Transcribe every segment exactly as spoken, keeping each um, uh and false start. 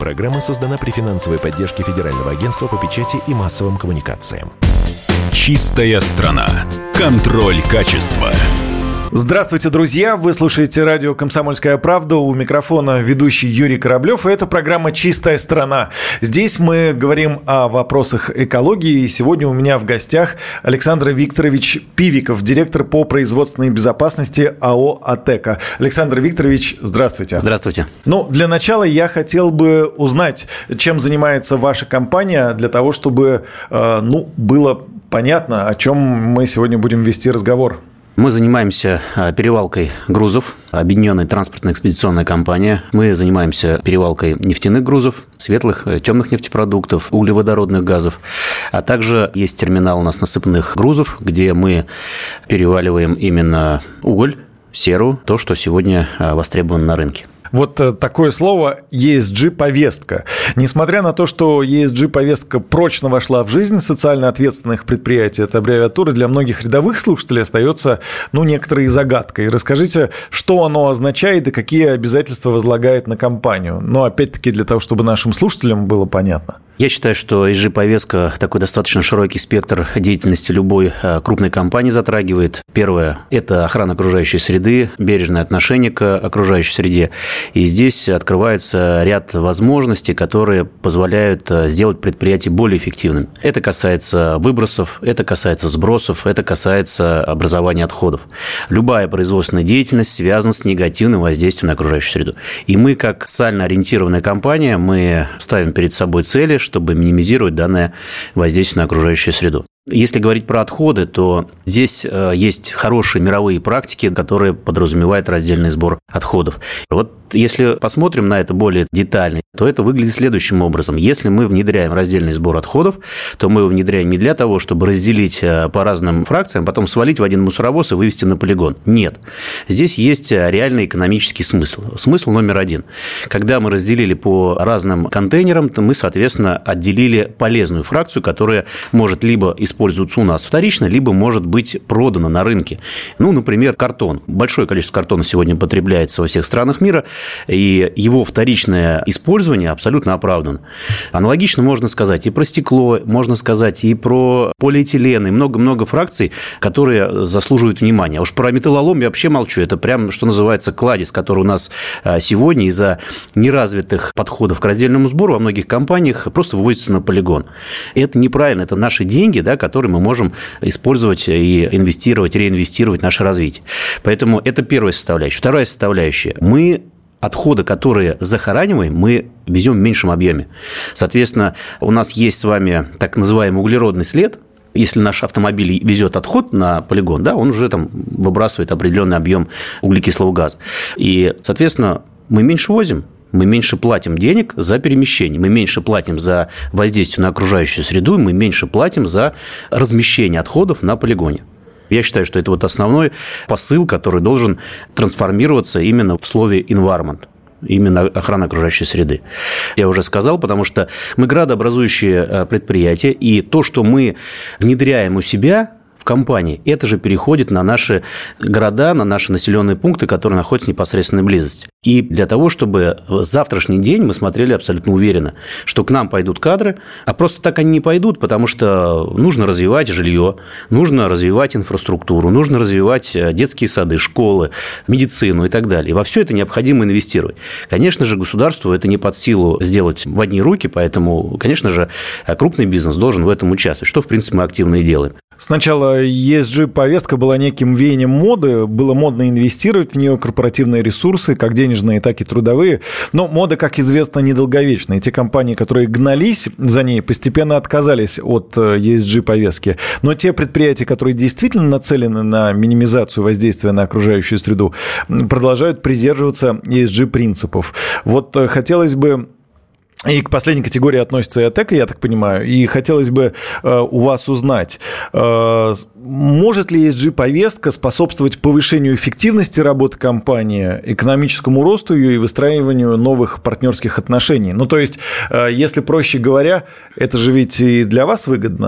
Программа создана при финансовой поддержке Федерального агентства по печати и массовым коммуникациям. Чистая страна. Контроль качества. Здравствуйте, друзья! Вы слушаете радио «Комсомольская правда». У микрофона ведущий Юрий Кораблев. И это программа «Чистая страна». Здесь мы говорим о вопросах экологии. И сегодня у меня в гостях Александр Викторович Пивиков, директор по производственной безопасности АО «Атека». Александр Викторович, здравствуйте. Здравствуйте. Ну, для начала я хотел бы узнать, чем занимается ваша компания, для того, чтобы э, ну, было понятно, о чем мы сегодня будем вести разговор. Мы занимаемся перевалкой грузов, объединенная транспортно-экспедиционная компания. Мы занимаемся перевалкой нефтяных грузов, светлых, темных нефтепродуктов, углеводородных газов. А также есть терминал у нас насыпных грузов, где мы переваливаем именно уголь, серу, то, что сегодня востребовано на рынке. Вот такое слово и эс джи-повестка. Несмотря на то, что и эс джи-повестка прочно вошла в жизнь социально ответственных предприятий, эта аббревиатура для многих рядовых слушателей остается, ну, некоторой загадкой. Расскажите, что оно означает и какие обязательства возлагает на компанию. Но, опять-таки, для того, чтобы нашим слушателям было понятно. Я считаю, что и эс джи-повестка такой достаточно широкий спектр деятельности любой крупной компании затрагивает. Первое – это охрана окружающей среды, бережное отношение к окружающей среде. И здесь открывается ряд возможностей, которые позволяют сделать предприятие более эффективным. Это касается выбросов, это касается сбросов, это касается образования отходов. Любая производственная деятельность связана с негативным воздействием на окружающую среду. И мы, как социально ориентированная компания, мы ставим перед собой цели, чтобы минимизировать данное воздействие на окружающую среду. Если говорить про отходы, то здесь есть хорошие мировые практики, которые подразумевают раздельный сбор отходов. Вот если посмотрим на это более детально, то это выглядит следующим образом. Если мы внедряем раздельный сбор отходов, то мы его внедряем не для того, чтобы разделить по разным фракциям, потом свалить в один мусоровоз и вывести на полигон. Нет. Здесь есть реальный экономический смысл. Смысл номер один. Когда мы разделили по разным контейнерам, то мы, соответственно, отделили полезную фракцию, которая может либо использоваться у нас вторично, либо может быть продана на рынке. Ну, например, картон. Большое количество картона сегодня потребляется во всех странах мира, и его вторичное использование абсолютно оправдано. Аналогично можно сказать и про стекло, можно сказать и про полиэтилен, и много-много фракций, которые заслуживают внимания. А уж про металлолом я вообще молчу. Это прям, что называется, кладезь, который у нас сегодня из-за неразвитых подходов к раздельному сбору во многих компаниях просто вывозится на полигон. И это неправильно. Это наши деньги, да, которые мы можем использовать и инвестировать, реинвестировать в наше развитие. Поэтому это первая составляющая. Вторая составляющая. Мы отходы, которые захораниваем, мы везем в меньшем объеме. Соответственно, у нас есть с вами так называемый углеродный след. Если наш автомобиль везет отход на полигон, да, он уже там выбрасывает определенный объем углекислого газа. И, соответственно, мы меньше возим. Мы меньше платим денег за перемещение, мы меньше платим за воздействие на окружающую среду, мы меньше платим за размещение отходов на полигоне. Я считаю, что это вот основной посыл, который должен трансформироваться именно в слове environment. Именно охрана окружающей среды. Я уже сказал, потому что мы градообразующие предприятия, и то, что мы внедряем у себя в компании, это же переходит на наши города, на наши населенные пункты, которые находятся в непосредственной близости. И для того, чтобы в завтрашний день мы смотрели абсолютно уверенно, что к нам пойдут кадры, а просто так они не пойдут, потому что нужно развивать жилье, нужно развивать инфраструктуру, нужно развивать детские сады, школы, медицину и так далее. И во все это необходимо инвестировать. Конечно же, государству это не под силу сделать в одни руки, поэтому, конечно же, крупный бизнес должен в этом участвовать, что, в принципе, мы активно и делаем. Сначала и эс джи-повестка была неким веянием моды, было модно инвестировать в нее корпоративные ресурсы, как денежные, так и трудовые, но мода, как известно, недолговечна, и те компании, которые гнались за ней, постепенно отказались от и эс джи-повестки, но те предприятия, которые действительно нацелены на минимизацию воздействия на окружающую среду, продолжают придерживаться и эс джи-принципов. Вот хотелось бы... И к последней категории относится и Атека, я так понимаю. И хотелось бы э, у вас узнать, э, может ли и эс джи-повестка способствовать повышению эффективности работы компании, экономическому росту ее и выстраиванию новых партнерских отношений? Ну, то есть, э, если проще говоря, это же ведь и для вас выгодно.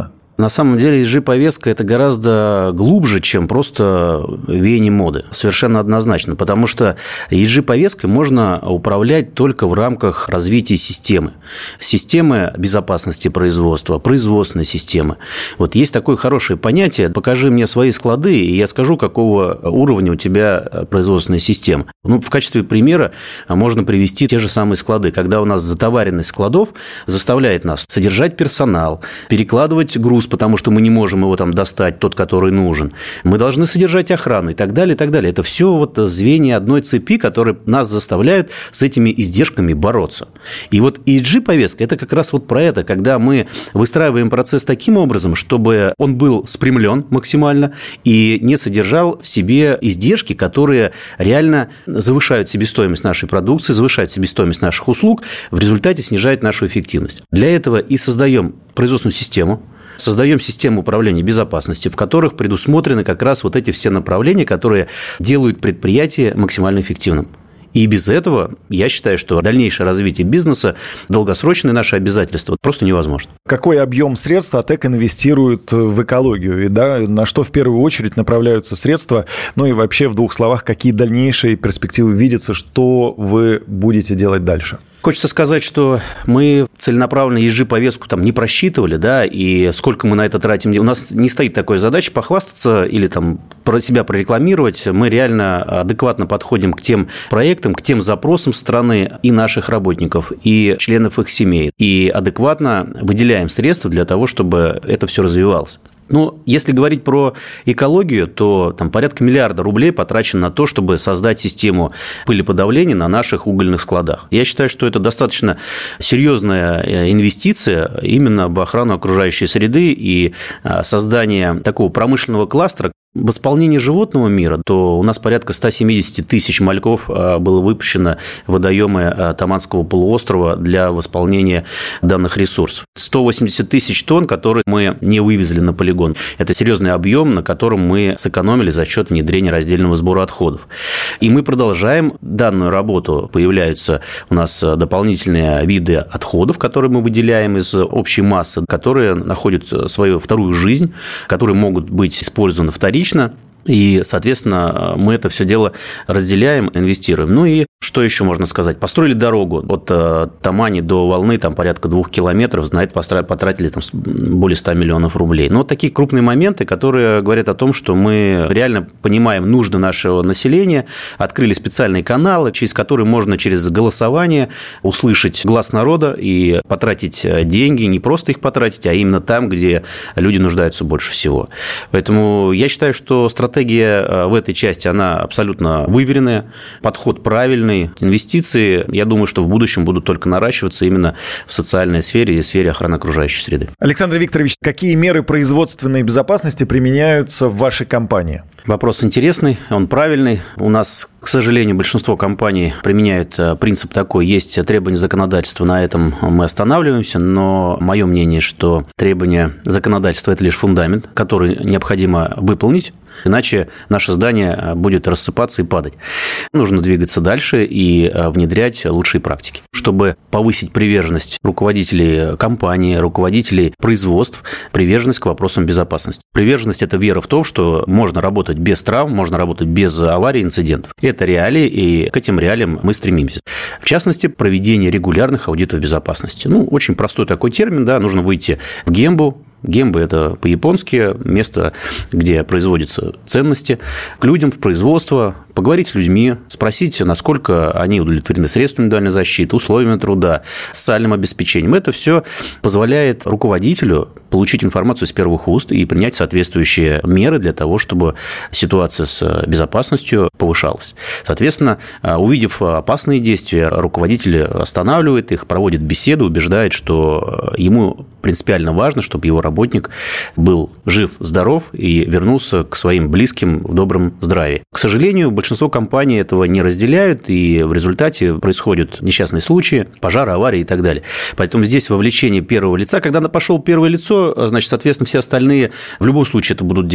На самом деле и эс джи-повестка – это гораздо глубже, чем просто веяние моды. Совершенно однозначно. Потому что и эс джи-повесткой можно управлять только в рамках развития системы. Системы безопасности производства, производственной системы. Вот есть такое хорошее понятие: покажи мне свои склады, и я скажу, какого уровня у тебя производственная система. Ну, в качестве примера можно привести те же самые склады, когда у нас затоваренность складов заставляет нас содержать персонал, перекладывать груз, потому что мы не можем его там достать, тот, который нужен. Мы должны содержать охрану и так далее, и так далее. Это все вот звенья одной цепи, которые нас заставляют с этими издержками бороться. И вот и эс джи-повестка – это как раз вот про это, когда мы выстраиваем процесс таким образом, чтобы он был спрямлен максимально и не содержал в себе издержки, которые реально завышают себестоимость нашей продукции, завышают себестоимость наших услуг, в результате снижают нашу эффективность. Для этого и создаем производственную систему, создаем систему управления безопасностью, в которых предусмотрены как раз вот эти все направления, которые делают предприятие максимально эффективным. И без этого, я считаю, что дальнейшее развитие бизнеса, долгосрочные наши обязательства просто невозможно. Какой объем средств АТЭК инвестирует в экологию? И да, на что в первую очередь направляются средства? Ну и вообще, в двух словах, какие дальнейшие перспективы видятся, что вы будете делать дальше? Хочется сказать, что мы целенаправленно и эс джи-повестку там не просчитывали, да, и сколько мы на это тратим. У нас не стоит такой задачи похвастаться или там про себя прорекламировать. Мы реально адекватно подходим к тем проектам, к тем запросам страны и наших работников, и членов их семей. И адекватно выделяем средства для того, чтобы это все развивалось. Ну, если говорить про экологию, то там порядка миллиарда рублей потрачено на то, чтобы создать систему пылеподавления на наших угольных складах. Я считаю, что это достаточно серьезная инвестиция именно в охрану окружающей среды и создание такого промышленного кластера. В исполнении животного мира, то у нас порядка сто семьдесят тысяч мальков было выпущено в водоемы Таманского полуострова для восполнения данных ресурсов. сто восемьдесят тысяч тонн, которые мы не вывезли на полигон. Это серьезный объем, на котором мы сэкономили за счет внедрения раздельного сбора отходов. И мы продолжаем данную работу. Появляются у нас дополнительные виды отходов, которые мы выделяем из общей массы, которые находят свою вторую жизнь, которые могут быть использованы вторично. И, соответственно, мы это все дело разделяем, инвестируем. Ну и что еще можно сказать? Построили дорогу от Тамани до Волны, там порядка двух километров, на это потратили там более ста миллионов рублей. Но вот такие крупные моменты, которые говорят о том, что мы реально понимаем нужды нашего населения, открыли специальные каналы, через которые можно через голосование услышать глаз народа и потратить деньги, не просто их потратить, а именно там, где люди нуждаются больше всего. Поэтому я считаю, что стратегия в этой части, она абсолютно выверенная, подход правильный. Инвестиции, я думаю, что в будущем будут только наращиваться именно в социальной сфере и в сфере охраны окружающей среды. Александр Викторович, какие меры производственной безопасности применяются в вашей компании? Вопрос интересный, он правильный. У нас, к сожалению, большинство компаний применяют принцип такой: есть требования законодательства, на этом мы останавливаемся, но мое мнение, что требования законодательства – это лишь фундамент, который необходимо выполнить, иначе наше здание будет рассыпаться и падать. Нужно двигаться дальше и внедрять лучшие практики, чтобы повысить приверженность руководителей компании, руководителей производств, приверженность к вопросам безопасности. Приверженность – это вера в то, что можно работать без травм, можно работать без аварий, инцидентов. Это реалии, и к этим реалиям мы стремимся. В частности, проведение регулярных аудитов безопасности. Ну, очень простой такой термин, да, нужно выйти в Гембу. Гембы – это по-японски место, где производятся ценности, к людям в производство, поговорить с людьми, спросить, насколько они удовлетворены средствами индивидуальной защиты, условиями труда, социальным обеспечением. Это все позволяет руководителю получить информацию с первых уст и принять соответствующие меры для того, чтобы ситуация с безопасностью повышалась. Соответственно, увидев опасные действия, руководитель останавливает их, проводит беседу, убеждает, что ему принципиально важно, чтобы его работа работник был жив, здоров и вернулся к своим близким в добром здравии. К сожалению, большинство компаний этого не разделяют, и в результате происходят несчастные случаи, пожары, аварии и так далее. Поэтому здесь вовлечение первого лица. Когда пошел первое лицо, значит, соответственно, все остальные в любом случае это будут делать.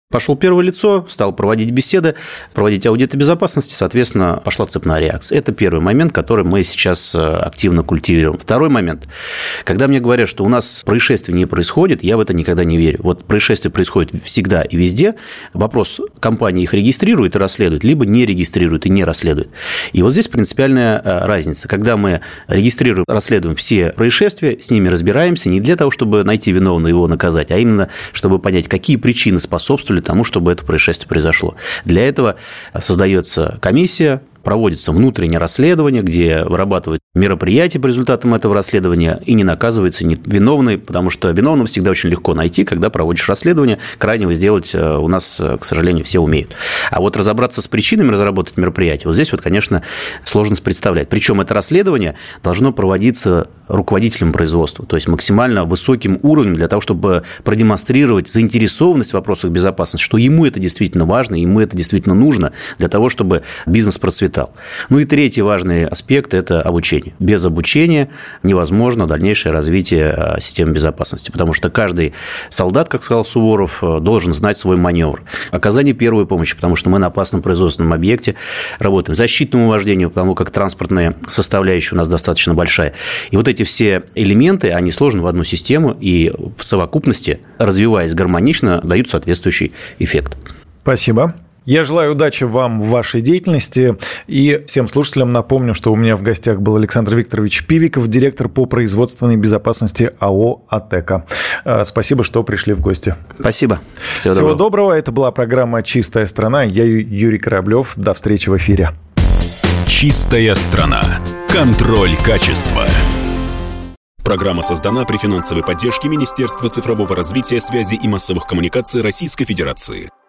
Пошел первое лицо, стал проводить беседы, проводить аудиты безопасности, соответственно, пошла цепная реакция. Это первый момент, который мы сейчас активно культивируем. Второй момент. Когда мне говорят, что у нас происшествий не происходит, я в это никогда не верю. Вот происшествия происходят всегда и везде. Вопрос, компания их регистрирует и расследует, либо не регистрирует и не расследует. И вот здесь принципиальная разница. Когда мы регистрируем, расследуем все происшествия, с ними разбираемся не для того, чтобы найти виновного и его наказать, а именно, чтобы понять, какие причины способствовали тому, чтобы это происшествие произошло. Для этого создается комиссия, проводится внутреннее расследование, где вырабатывают мероприятия по результатам этого расследования и не наказывается виновный, потому что виновного всегда очень легко найти, когда проводишь расследование. Крайнего сделать у нас, к сожалению, все умеют. А вот разобраться с причинами, разработать мероприятие, вот здесь вот, конечно, сложность представлять. Причем это расследование должно проводиться руководителем производства, то есть максимально высоким уровнем для того, чтобы продемонстрировать заинтересованность в вопросах безопасности, что ему это действительно важно, ему это действительно нужно для того, чтобы бизнес процветал. Ну и третий важный аспект – это обучение. Без обучения невозможно дальнейшее развитие системы безопасности, потому что каждый солдат, как сказал Суворов, должен знать свой маневр. Оказание первой помощи, потому что мы на опасном производственном объекте работаем. Защитному вождению, потому как транспортная составляющая у нас достаточно большая. И вот эти все элементы, они сложены в одну систему и в совокупности, развиваясь гармонично, дают соответствующий эффект. Спасибо. Я желаю удачи вам в вашей деятельности. И всем слушателям напомню, что у меня в гостях был Александр Викторович Пивиков, директор по производственной безопасности АО «Атека». Спасибо, что пришли в гости. Спасибо. Всего, Всего доброго. доброго. Это была программа «Чистая страна». Я Юрий Кораблев. До встречи в эфире. «Чистая страна». Контроль качества. Программа создана при финансовой поддержке Министерства цифрового развития, связи и массовых коммуникаций Российской Федерации.